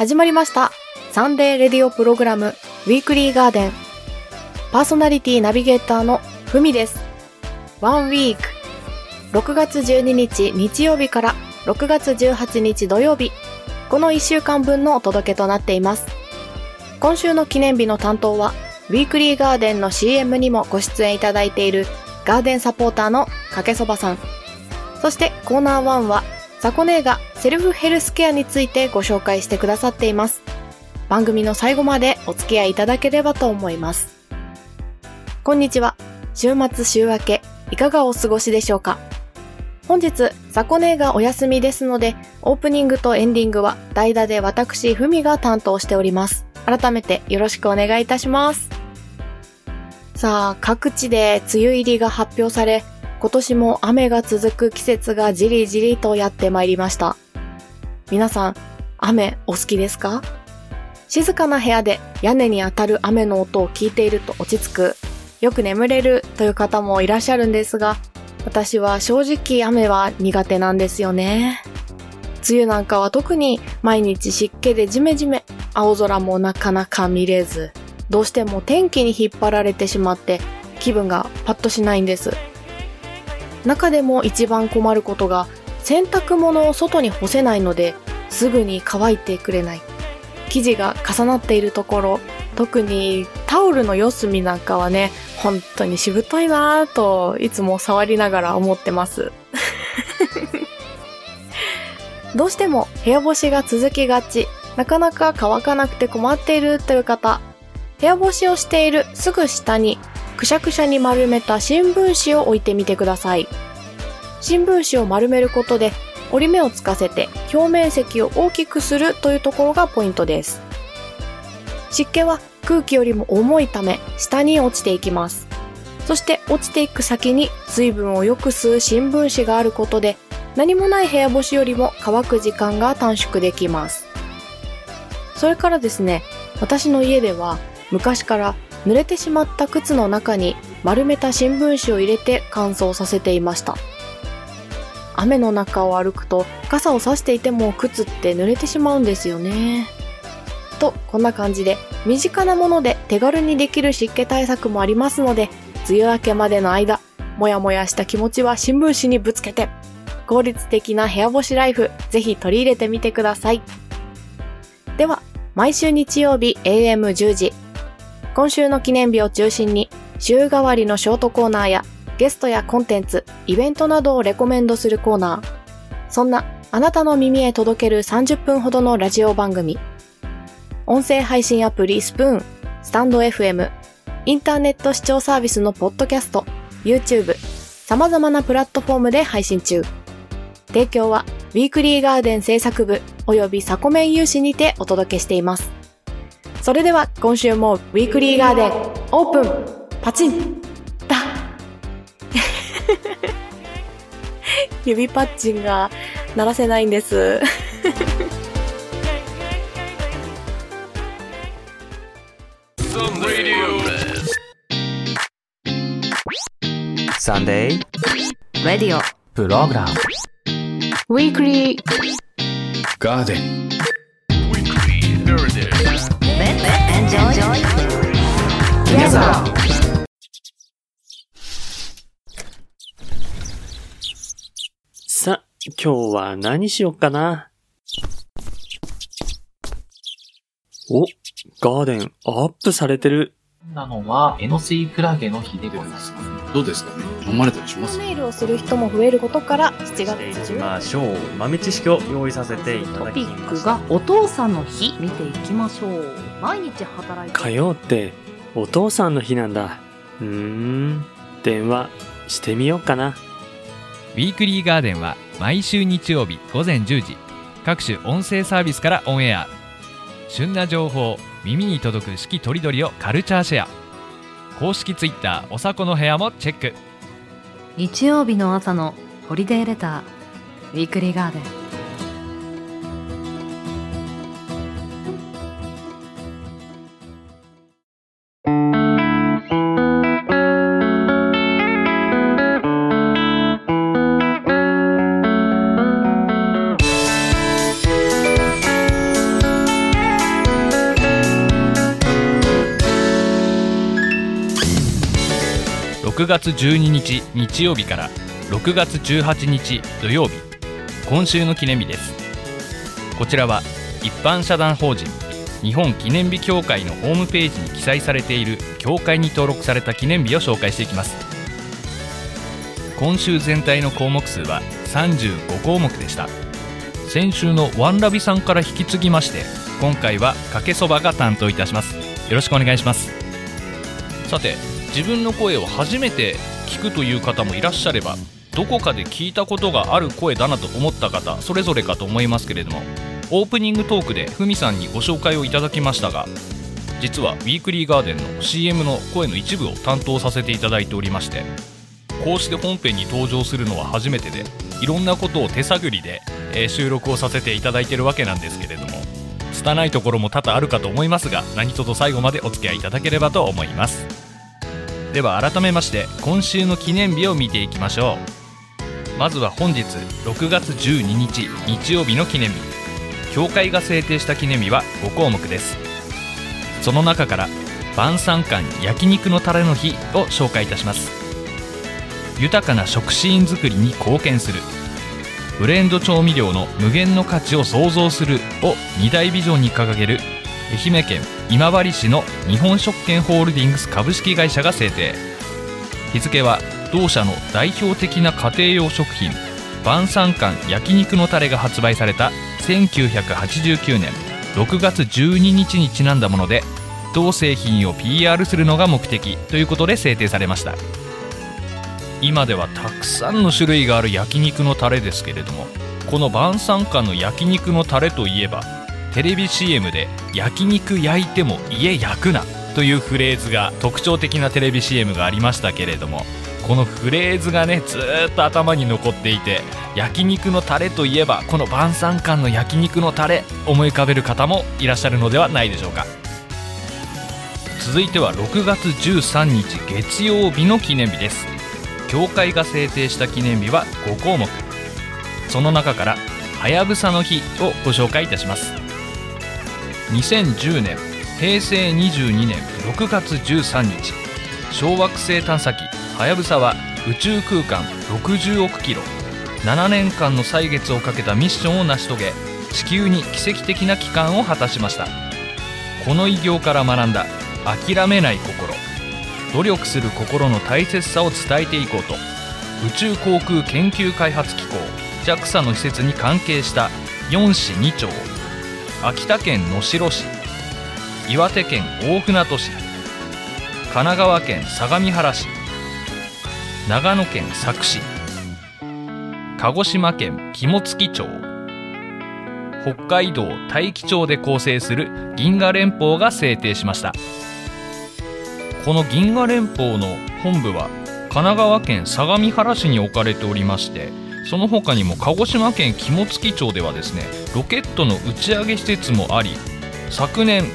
始まりましたサンデーレディオプログラムウィークリーガーデン。パーソナリティナビゲーターのふみです。ワンウィーク6月12日日曜日から6月18日土曜日、この1週間分のお届けとなっています。今週の記念日の担当はウィークリーガーデンの CM にもご出演いただいているガーデンサポーターのかけそばさん、そしてコーナー1はさこねえがセルフヘルスケアについてご紹介してくださっています。番組の最後までお付き合いいただければと思います。こんにちは。週末週明けいかがお過ごしでしょうか。本日さこねえがお休みですので、オープニングとエンディングは代打で私ふみが担当しております。改めてよろしくお願いいたします。さあ、各地で梅雨入りが発表され、今年も雨が続く季節がじりじりとやってまいりました。皆さん、雨お好きですか？静かな部屋で屋根に当たる雨の音を聞いていると落ち着く、よく眠れるという方もいらっしゃるんですが、私は正直雨は苦手なんですよね。梅雨なんかは特に毎日湿気でジメジメ、青空もなかなか見れず、どうしても天気に引っ張られてしまって気分がパッとしないんです。中でも一番困ることが、洗濯物を外に干せないのですぐに乾いてくれない。生地が重なっているところ、特にタオルの四隅なんかはね、本当にしぶといなぁといつも触りながら思ってます。どうしても部屋干しが続きがち、なかなか乾かなくて困っているという方、部屋干しをしているすぐ下にくしゃくしゃに丸めた新聞紙を置いてみてください。新聞紙を丸めることで折り目をつかせて表面積を大きくするというところがポイントです。湿気は空気よりも重いため下に落ちていきます。そして落ちていく先に水分をよく吸う新聞紙があることで、何もない部屋干しよりも乾く時間が短縮できます。それからですね、私の家では昔から濡れてしまった靴の中に丸めた新聞紙を入れて乾燥させていました。雨の中を歩くと傘を差していても靴って濡れてしまうんですよね。と、こんな感じで身近なもので手軽にできる湿気対策もありますので、梅雨明けまでの間、もやもやした気持ちは新聞紙にぶつけて、効率的な部屋干しライフ、ぜひ取り入れてみてください。では、毎週日曜日 AM10 時、今週の記念日を中心に週替わりのショートコーナーやゲストやコンテンツ、イベントなどをレコメンドするコーナー、そんなあなたの耳へ届ける30分ほどのラジオ番組、音声配信アプリスプーン、スタンド FM、インターネット視聴サービスのポッドキャスト、YouTube、様々なプラットフォームで配信中。提供はウィークリーガーデン制作部およびサコメン有志にてお届けしています。それでは今週もウィークリーガーデンオープンパチンだ指パッチンが鳴らせないんですサンデーレディオプログラムウィークリーガーデンさ、今日は何しよっかな。お、ガーデンアップされてる。 なのは、エノスイクラゲの日でございます。 どうですかね、飲まれたりします？ ネイルをする人も増えることから7月していきましょう。豆知識を用意させていただきました。 トピックがお父さんの日、見ていきましょう。毎日働いて火曜ってお父さんの日なんだ。電話してみようかな。 ウィークリーガーデンは毎週日曜日午前10時、各種音声サービスからオンエア。旬な情報、耳に届く四季とりどりをカルチャーシェア。公式ツイッターおさこの部屋もチェック。 日曜日の朝のホリデーレター、ウィークリーガーデン。 6月12日日曜日から6月18日土曜日、今週の記念日です。こちらは一般社団法人日本記念日協会のホームページに記載されている協会に登録された記念日を紹介していきます。今週全体の項目数は35項目でした。先週のワンラビさんから引き継ぎまして、今回はかけそばが担当いたします。よろしくお願いします。さて、自分の声を初めて聞くという方もいらっしゃれば、どこかで聞いたことがある声だなと思った方、それぞれかと思いますけれども、オープニングトークでふみさんにご紹介をいただきましたが、実はウィークリーガーデンの CM の声の一部を担当させていただいておりまして、こうして本編に登場するのは初めてで、いろんなことを手探りで、収録をさせていただいているわけなんですけれども、拙いところも多々あるかと思いますが、何卒最後までお付き合いいただければと思います。では改めまして今週の記念日を見ていきましょう。まずは本日6月12日日曜日の記念日、協会が制定した記念日は5項目です。その中から晩餐館焼肉のタレの日を紹介いたします。豊かな食シーン作りに貢献する、ブレンド調味料の無限の価値を創造するを2大ビジョンに掲げる愛媛県今治市の日本食券ホールディングス株式会社が制定。日付は同社の代表的な家庭用食品晩餐館焼肉のタレが発売された1989年6月12日にちなんだもので、同製品を PR するのが目的ということで制定されました。今ではたくさんの種類がある焼肉のタレですけれども、この晩餐館の焼肉のタレといえば、テレビ CM で焼肉焼いても家焼くなというフレーズが特徴的なテレビ CM がありましたけれども、このフレーズがねずーっと頭に残っていて、焼肉のタレといえばこの晩餐館の焼肉のタレ、思い浮かべる方もいらっしゃるのではないでしょうか。続いては6月13日月曜日の記念日です。協会が制定した記念日は5項目。その中からはやぶさの日をご紹介いたします。2010年平成22年6月13日、小惑星探査機はやぶさは宇宙空間60億キロ、7年間の歳月をかけたミッションを成し遂げ、地球に奇跡的な帰還を果たしました。この偉業から学んだ諦めない心、努力する心の大切さを伝えていこうと、宇宙航空研究開発機構 JAXA の施設に関係した4市2町、秋田県能代市、岩手県大船渡市、神奈川県相模原市、長野県佐久市、鹿児島県肝付町、北海道大樹町で構成する銀河連邦が制定しました。この銀河連邦の本部は神奈川県相模原市に置かれておりまして、その他にも鹿児島県肝付町ではですね、ロケットの打ち上げ施設もあり、昨年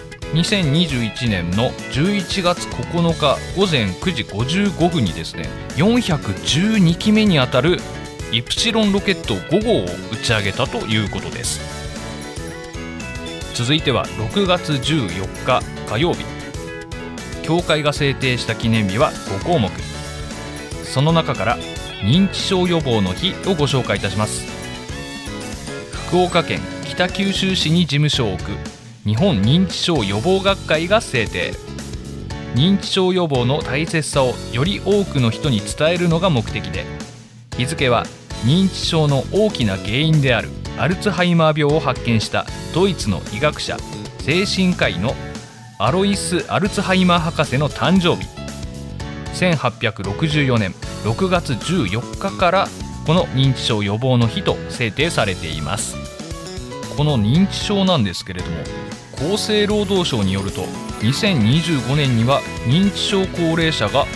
2021年の11月9日午前9時55分にですね、412機目にあたるイプシロンロケット5号を打ち上げたということです。続いては6月14日火曜日、協会が制定した記念日は5項目。その中から認知症予防の日をご紹介いたします。福岡県北九州市に事務所を置く日本認知症予防学会が制定。認知症予防の大切さをより多くの人に伝えるのが目的で、日付は認知症の大きな原因であるアルツハイマー病を発見したドイツの医学者精神科医のアロイス・アルツハイマー博士の誕生日、1864年6月14日からこの認知症予防の日と制定されています。この認知症なんですけれども、厚生労働省によると2025年には認知症高齢者が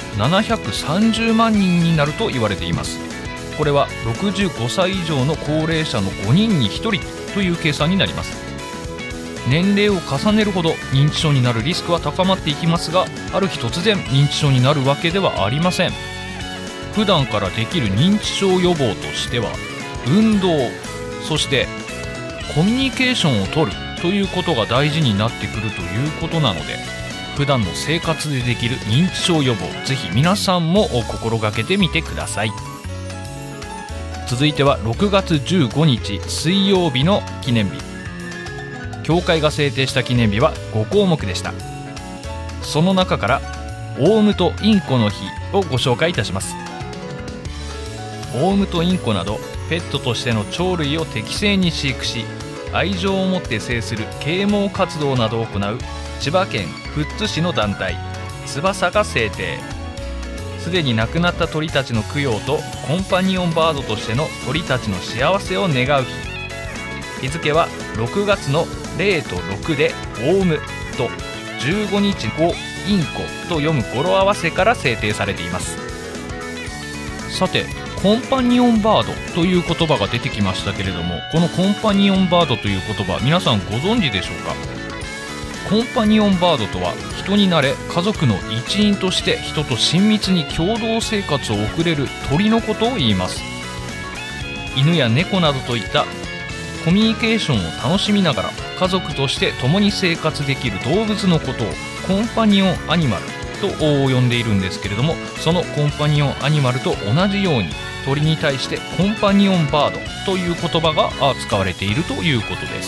730万人になると言われています。これは65歳以上の高齢者の5人に1人という計算になります。年齢を重ねるほど認知症になるリスクは高まっていきますが、ある日突然認知症になるわけではありません。普段からできる認知症予防としては、運動、そしてコミュニケーションをとるということが大事になってくるということなので、普普段の生活でできる認知症予防、ぜひ皆さんも心がけてみてください。続いては6月15日水曜日の記念日。協会が制定した記念日は5項目でした。その中からオウムとインコの日をご紹介いたします。オウムとインコなどペットとしての鳥類を適正に飼育し、愛情を持って接する啓蒙活動などを行う千葉県富津市の団体翼が制定。すでに亡くなった鳥たちの供養とコンパニオンバードとしての鳥たちの幸せを願う日。日付は6月の0と6でオウムと15日後インコと読む語呂合わせから制定されています。さて、コンパニオンバードという言葉が出てきましたけれども、このコンパニオンバードという言葉、皆さんご存知でしょうか。コンパニオンバードとは、人になれ家族の一員として人と親密に共同生活を送れる鳥のことを言います。犬や猫などといったコミュニケーションを楽しみながら家族として共に生活できる動物のことをコンパニオンアニマルと呼んでいるんですけれども、そのコンパニオンアニマルと同じように鳥に対してコンパニオンバードという言葉が使われているということです。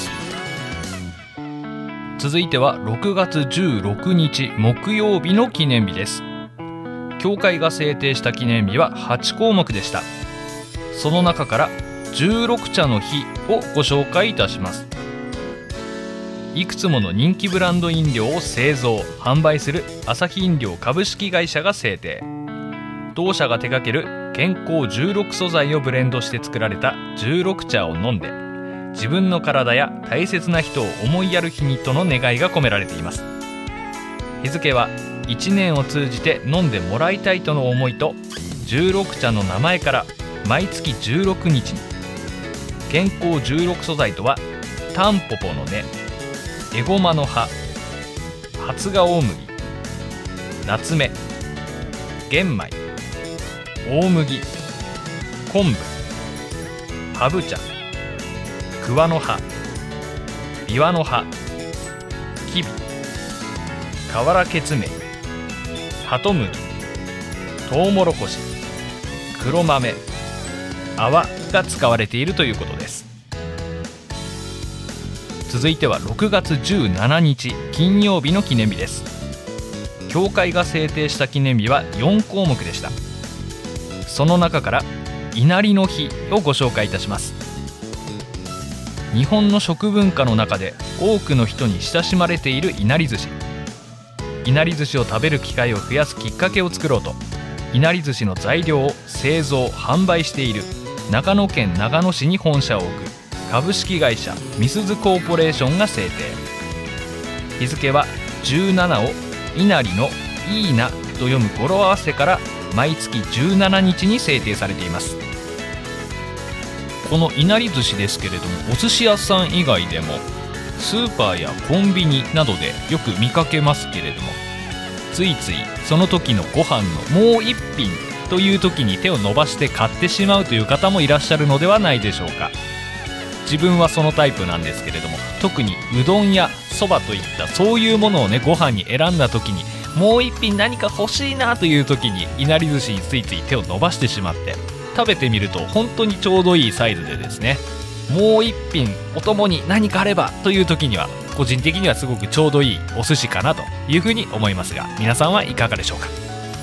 続いては6月16日木曜日の記念日です。協会が制定した記念日は8項目でした。その中から16茶の日をご紹介いたします。いくつもの人気ブランド飲料を製造・販売するアサヒ飲料株式会社が制定。同社が手掛ける健康16素材をブレンドして作られた16茶を飲んで、自分の体や大切な人を思いやる日にとの願いが込められています。日付は1年を通じて飲んでもらいたいとの思いと、16茶の名前から毎月16日に、健康16素材とはタンポポの根、エゴマの葉、発芽大麦、夏目、玄米、大麦、昆布、ハブ茶、桑の葉、ビワの葉、キビ、瓦ケツメイ、ハトムギ、トウモロコシ、黒豆、泡が使われているということです。続いては6月17日金曜日の記念日です。協会が制定した記念日は4項目でした。その中から稲荷の日をご紹介いたします。日本の食文化の中で多くの人に親しまれているいなり寿司。いなり寿司を食べる機会を増やすきっかけを作ろうと、いなり寿司の材料を製造・販売している長野県長野市に本社を置く株式会社みすずコーポレーションが制定。日付は17を稲荷のいいなと読む語呂合わせから毎月17日に制定されています。このいなり寿司ですけれども、お寿司屋さん以外でもスーパーやコンビニなどでよく見かけますけれども、ついついその時のご飯のもう一品という時に手を伸ばして買ってしまうという方もいらっしゃるのではないでしょうか。自分はそのタイプなんですけれども、特にうどんやそばといったそういうものをね、ご飯に選んだ時にもう一品何か欲しいなという時にいなり寿司についつい手を伸ばしてしまって、食べてみると本当にちょうどいいサイズでですね、もう一品お供に何かあればという時には個人的にはすごくちょうどいいお寿司かなというふうに思いますが、皆さんはいかがでしょうか。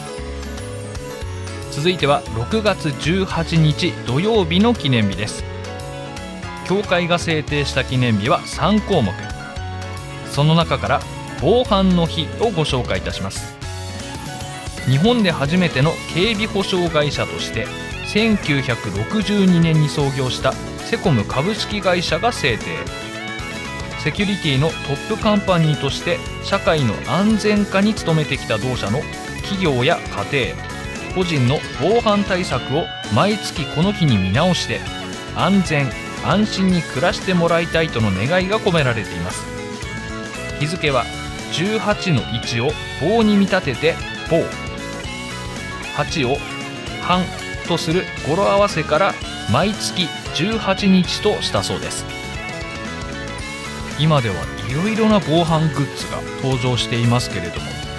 続いては6月18日土曜日の記念日です。協会が制定した記念日は3項目。その中から防犯の日をご紹介いたします。日本で初めての警備保障会社として1962年に創業したセコム株式会社が制定。セキュリティのトップカンパニーとして社会の安全化に努めてきた同社の企業や家庭、個人の防犯対策を毎月この日に見直して安全・安心に暮らしてもらいたいとの願いが込められています。日付は18の1を棒に見立てて棒、8を半とする語呂合わせから毎月18日としたそうです。今ではいろいろな防犯グッズが登場していますけれども、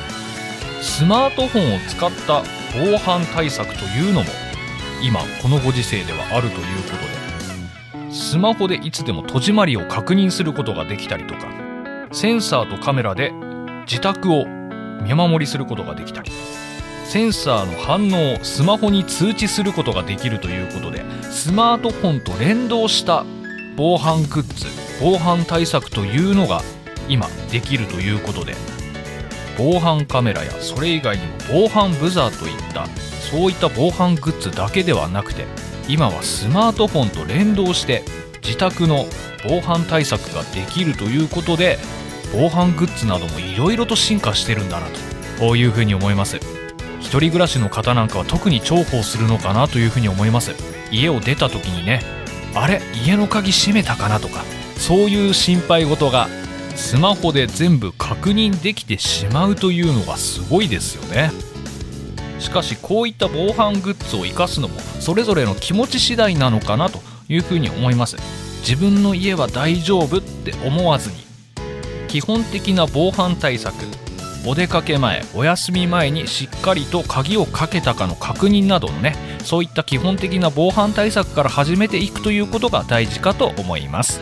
スマートフォンを使った防犯対策というのも今このご時世ではあるということで、スマホでいつでも戸締まりを確認することができたりとか、センサーとカメラで自宅を見守りすることができたり、センサーの反応をスマホに通知することができるということで、スマートフォンと連動した防犯グッズ、防犯対策というのが今できるということで、防犯カメラやそれ以外にも防犯ブザーといったそういった防犯グッズだけではなくて、今はスマートフォンと連動して自宅の防犯対策ができるということで、防犯グッズなどもいろいろと進化してるんだなと、こういうふうに思います。一人暮らしの方なんかは特に重宝するのかなというふうに思います。家を出た時にね、あれ家の鍵閉めたかなとか、そういう心配事がスマホで全部確認できてしまうというのがすごいですよね。しかしこういった防犯グッズを生かすのもそれぞれの気持ち次第なのかなというふうに思います。自分の家は大丈夫って思わずに、基本的な防犯対策、お出かけ前、お休み前にしっかりと鍵をかけたかの確認などのね、そういった基本的な防犯対策から始めていくということが大事かと思います。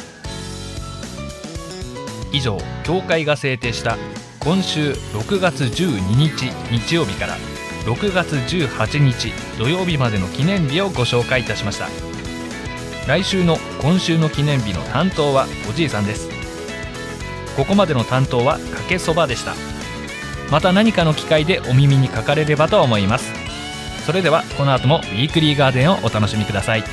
以上、協会が制定した今週6月12日日曜日から6月18日土曜日までの記念日をご紹介いたしました。来週の今週の記念日の担当はおじいさんです。ここまでの担当はかけそばでした。また何かの機会でお耳にかかれればと思います。それではこの後もウィークリーガーデンをお楽しみください。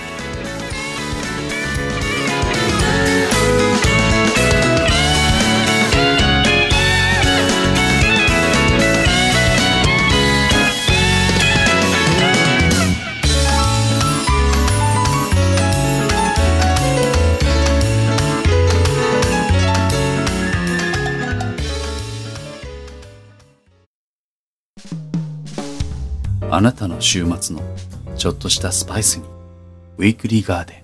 あなたの週末のちょっとしたスパイスにウィークリーガーデン。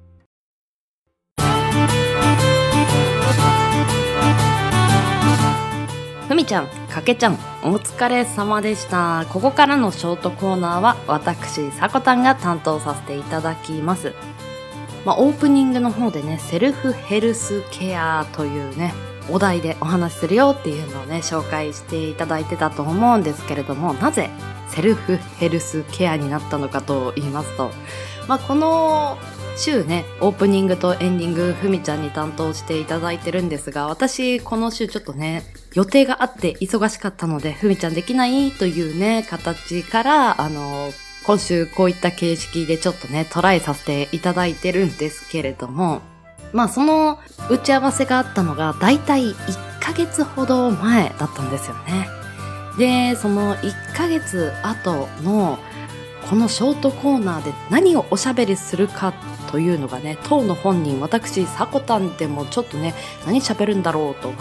ふみちゃん、かけちゃん、お疲れ様でした。ここからのショートコーナーは私さこたんが担当させていただきます。オープニングの方でね、セルフヘルスケアというねお題でお話しするよっていうのをね紹介していただいてたと思うんですけれども、なぜセルフヘルスケアになったのかと言いますと、この週ねオープニングとエンディングふみちゃんに担当していただいてるんですが、私この週ちょっとね予定があって忙しかったのでふみちゃんできないというね形から今週こういった形式でちょっとねトライさせていただいてるんですけれども、その打ち合わせがあったのがだいたい1ヶ月ほど前だったんですよね。で、その1ヶ月後のこのショートコーナーで何をおしゃべりするかというのがね、当の本人、私、さこたんでもちょっとね、何喋るんだろうと。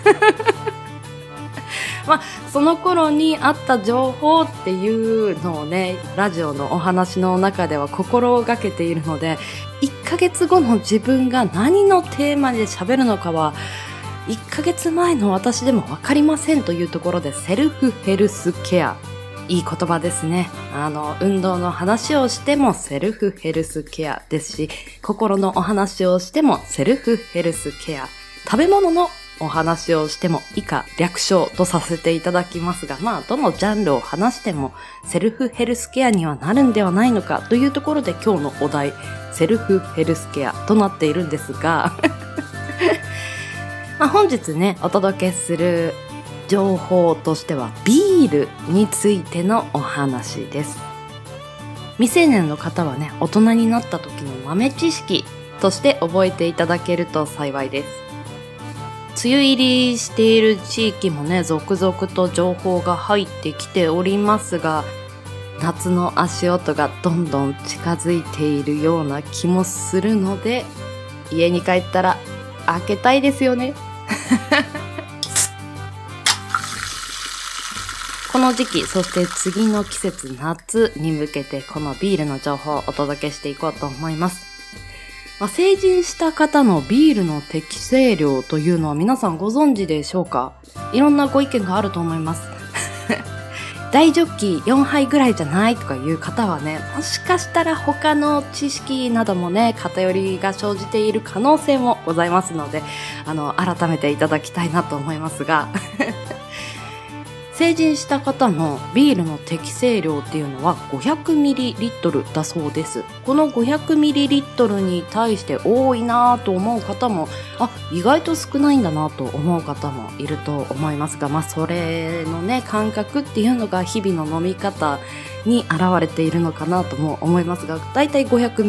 その頃にあった情報っていうのをね、ラジオのお話の中では心がけているので、1ヶ月後の自分が何のテーマで喋るのかは、1ヶ月前の私でもわかりませんというところで、セルフヘルスケア。いい言葉ですね。運動の話をしてもセルフヘルスケアですし、心のお話をしてもセルフヘルスケア。食べ物のお話をしても以下略称とさせていただきますが、どのジャンルを話してもセルフヘルスケアにはなるんではないのかというところで、今日のお題、セルフヘルスケアとなっているんですが、本日ね、お届けする情報としてはビールについてのお話です。未成年の方はね、大人になった時の豆知識として覚えていただけると幸いです。梅雨入りしている地域もね、続々と情報が入ってきておりますが、夏の足音がどんどん近づいているような気もするので、家に帰ったら開けたいですよね。この時期、そして次の季節、夏に向けてこのビールの情報をお届けしていこうと思います。成人した方のビールの適正量というのは皆さんご存知でしょうか？いろんなご意見があると思います。 大ジョッキ4杯ぐらいじゃないとかいう方はね、もしかしたら他の知識などもね、偏りが生じている可能性もございますので、改めていただきたいなと思いますが成人した方のビールの適正量っていうのは 500ml だそうです。この 500ml に対して多いなと思う方も、意外と少ないんだなと思う方もいると思いますが、それのね、感覚っていうのが日々の飲み方に現れているのかなとも思いますが、だいたい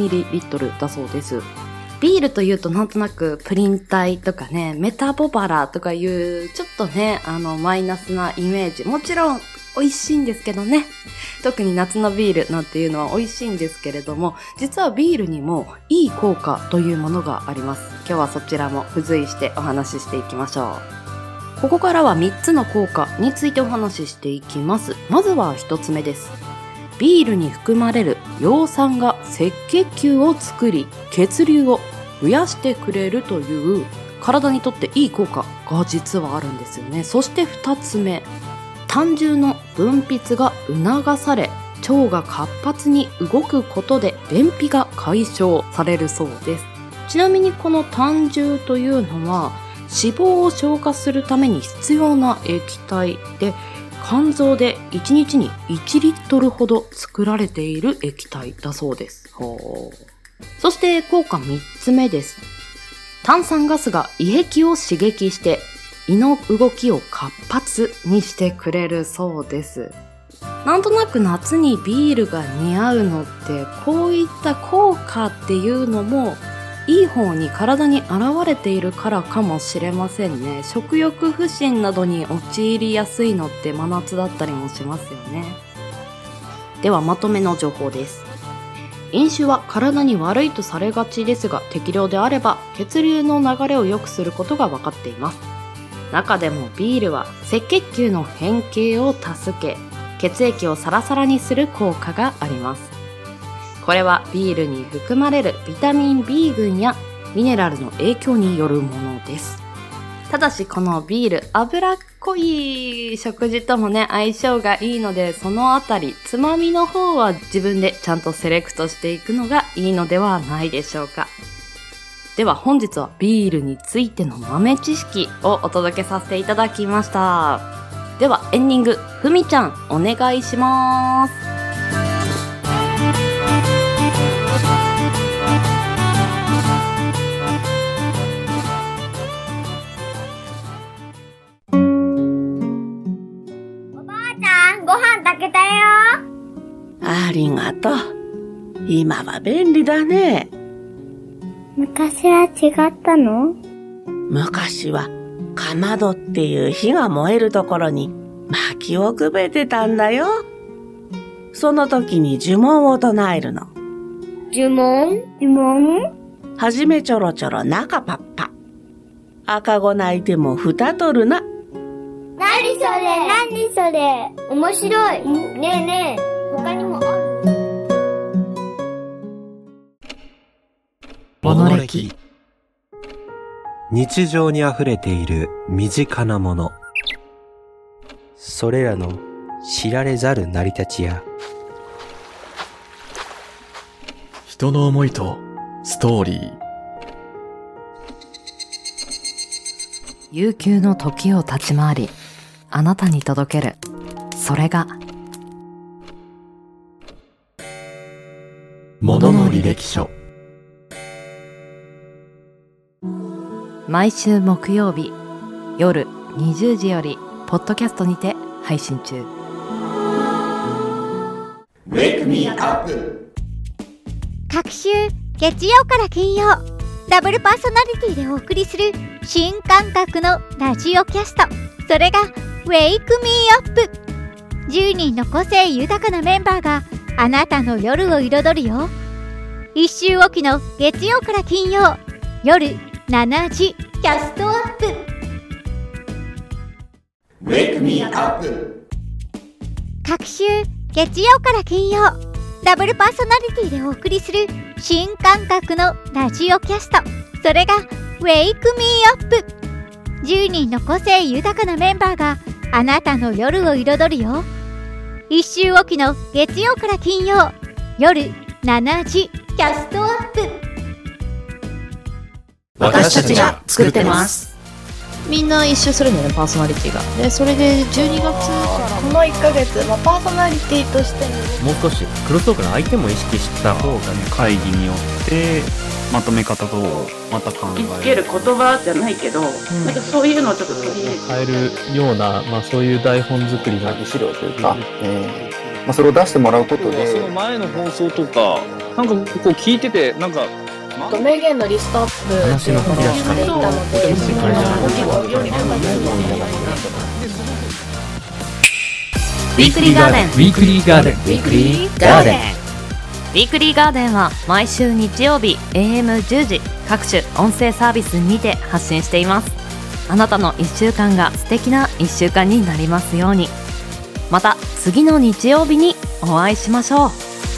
500ml だそうです。ビールというとなんとなくプリン体とかね、メタボバラとかいうちょっとね、マイナスなイメージ。もちろん美味しいんですけどね。特に夏のビールなんていうのは美味しいんですけれども、実はビールにもいい効果というものがあります。今日はそちらも付随してお話ししていきましょう。ここからは3つの効果についてお話ししていきます。まずは1つ目です。ビールに含まれる葉酸が赤血球を作り、血流を増やしてくれるという体にとっていい効果が実はあるんですよね。そして2つ目、胆汁の分泌が促され、腸が活発に動くことで便秘が解消されるそうです。ちなみにこの胆汁というのは脂肪を消化するために必要な液体で、肝臓で1日に1リットルほど作られている液体だそうです。そして効果3つ目です。炭酸ガスが胃壁を刺激して胃の動きを活発にしてくれるそうです。なんとなく夏にビールが似合うのって、こういった効果っていうのもいい方に体に現れているからかもしれませんね。食欲不振などに陥りやすいのって真夏だったりもしますよね。ではまとめの情報です。飲酒は体に悪いとされがちですが、適量であれば血流の流れを良くすることが分かっています。中でもビールは赤血球の変形を助け、血液をサラサラにする効果があります。これはビールに含まれるビタミン B 群やミネラルの影響によるものです。ただしこのビール、脂っこい食事ともね、相性がいいので、そのあたり、つまみの方は自分でちゃんとセレクトしていくのがいいのではないでしょうか。では本日はビールについての豆知識をお届けさせていただきました。ではエンディング、ふみちゃんお願いします。 ありがとう。今は便利だね。 昔は違ったの？ 昔はかまどっていう火が燃えるところに薪をくべてたんだよ。その時に呪文を唱えるの。 呪文？ はじめちょろちょろ中パッパ。赤子泣いても蓋取るな。 何それ面白い。ねえ他にもある？ モノレキ。日常にあふれている身近なもの、それらの知られざる成り立ちや人の思いとストーリー、 悠久の時を立ち回り、あなたに届ける、それがものの履歴書。 毎週木曜日夜20時よりポッドキャストにて配信中。 Wake me up。 各週月曜から金曜、ダブルパーソナリティでお送りする新感覚のラジオキャスト、それが Wake me up。 10人の個性豊かなメンバーがあなたの夜を彩るよ。1週おきの月曜から金曜夜7時キャストアップ。 Wake me up。 各週月曜から金曜、ダブルパーソナリティでお送りする新感覚のラジオキャスト、それが Wake me up。 10人の個性豊かなメンバーがあなたの夜を彩るよ。 1週おきの月曜から金曜夜7時キャストアップ。 私たちが作ってます。 みんな一周するんだよね、パーソナリティが。で、それで12月からこの1ヶ月、パーソナリティとしてもう少しクロストークの相手も意識した方がね、 会議によってまとめ方をまた考える。 つける言葉じゃないけど、なんかそういうのをちょっと取り入れて変えるような、そういう台本作りが資料というか、それを出してもらうことで、 その前の放送とかなんかこう聞いててなんか名言のリストアップ話の振り出し方していたので、 ウィークリーガーデン。 ウィークリーガーデン。 ウィークリーガーデン。ウィークリーガーデンは毎週日曜日 AM10 時各種音声サービスにて発信しています。あなたの1週間が素敵な1週間になりますように。また次の日曜日にお会いしましょう。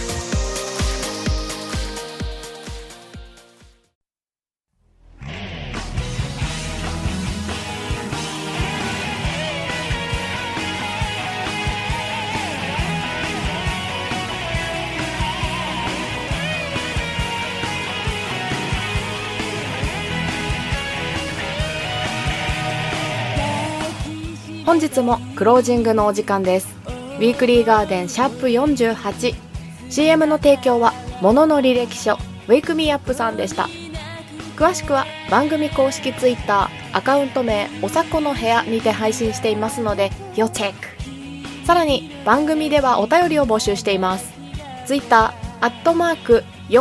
本日もクロージングのお時間です。ウィークリーガーデンシャープ48、 CM の提供はものの履歴書ウェイクミーアップさんでした。詳しくは番組公式ツイッターアカウント名おさこの部屋にて配信していますので要チェック。さらに番組ではお便りを募集しています。ツイッター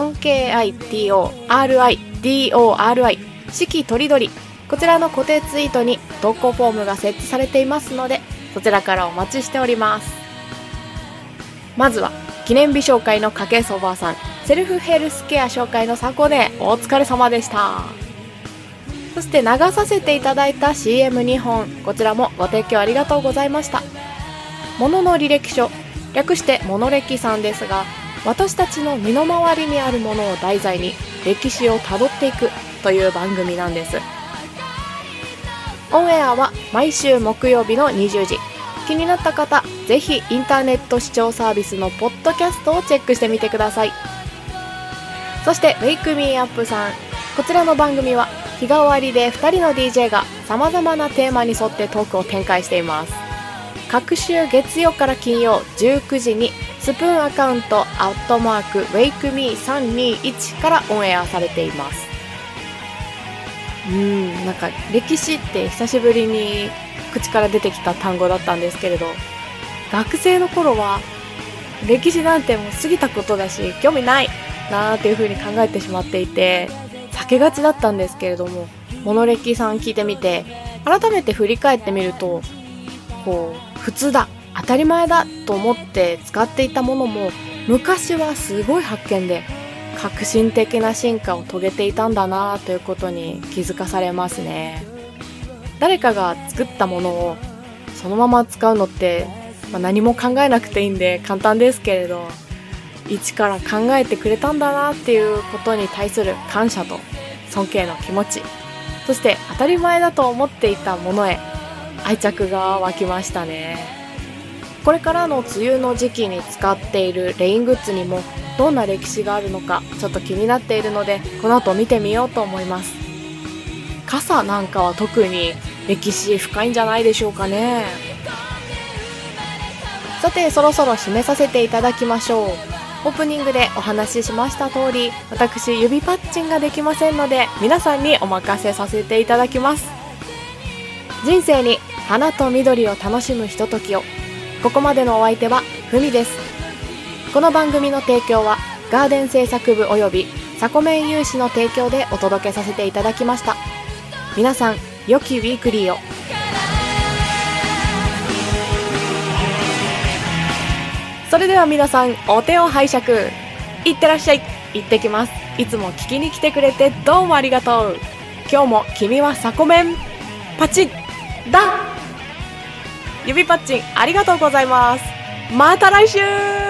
@4KITORIDORI 四季とりどり、こちらの固定ツイートに投稿フォームが設置されていますので、そちらからお待ちしております。まずは記念日紹介のかけそばさん、セルフヘルスケア紹介のさこね、お疲れ様でした。そして流させていただいた CM2 本、こちらもご提供ありがとうございました。ものの履歴書、略してモノレキさんですが、私たちの身の回りにあるものを題材に歴史をたどっていくという番組なんです。オンエアは毎週木曜日の20時。気になった方、ぜひインターネット視聴サービスのポッドキャストをチェックしてみてください。そしてウェイクミーアップさん、こちらの番組は日替わりで2人の DJ がさまざまなテーマに沿ってトークを展開しています。各週月曜から金曜19時にスプーンアカウント@wakeme321からオンエアされています。なんか歴史って久しぶりに口から出てきた単語だったんですけれど、学生の頃は歴史なんてもう過ぎたことだし興味ないなーっていう風に考えてしまっていて避けがちだったんですけれども、モノレキさん聞いてみて改めて振り返ってみると、こう普通だ、当たり前だと思って使っていたものも昔はすごい発見で革新的な進化を遂げていたんだなということに気づかされますね。誰かが作ったものをそのまま使うのって、何も考えなくていいんで簡単ですけれど、一から考えてくれたんだなっていうことに対する感謝と尊敬の気持ち、そして当たり前だと思っていたものへ愛着が湧きましたね。これからの梅雨の時期に使っているレイングッズにもどんな歴史があるのかちょっと気になっているので、この後見てみようと思います。傘なんかは特に歴史深いんじゃないでしょうかね。さてそろそろ締めさせていただきましょう。オープニングでお話ししました通り、私指パッチンができませんので皆さんにお任せさせていただきます。人生に花と緑を楽しむひとときを。ここまでのお相手はふみです。この番組の提供はガーデン製作部およびサコメン有志の提供でお届けさせていただきました。皆さん良きウィークリーを。それでは皆さんお手を拝借。いってらっしゃい。行ってきます。いつも聞きに来てくれてどうもありがとう。今日も君はサコメンパチッだ。指パッチンありがとうございます。また来週。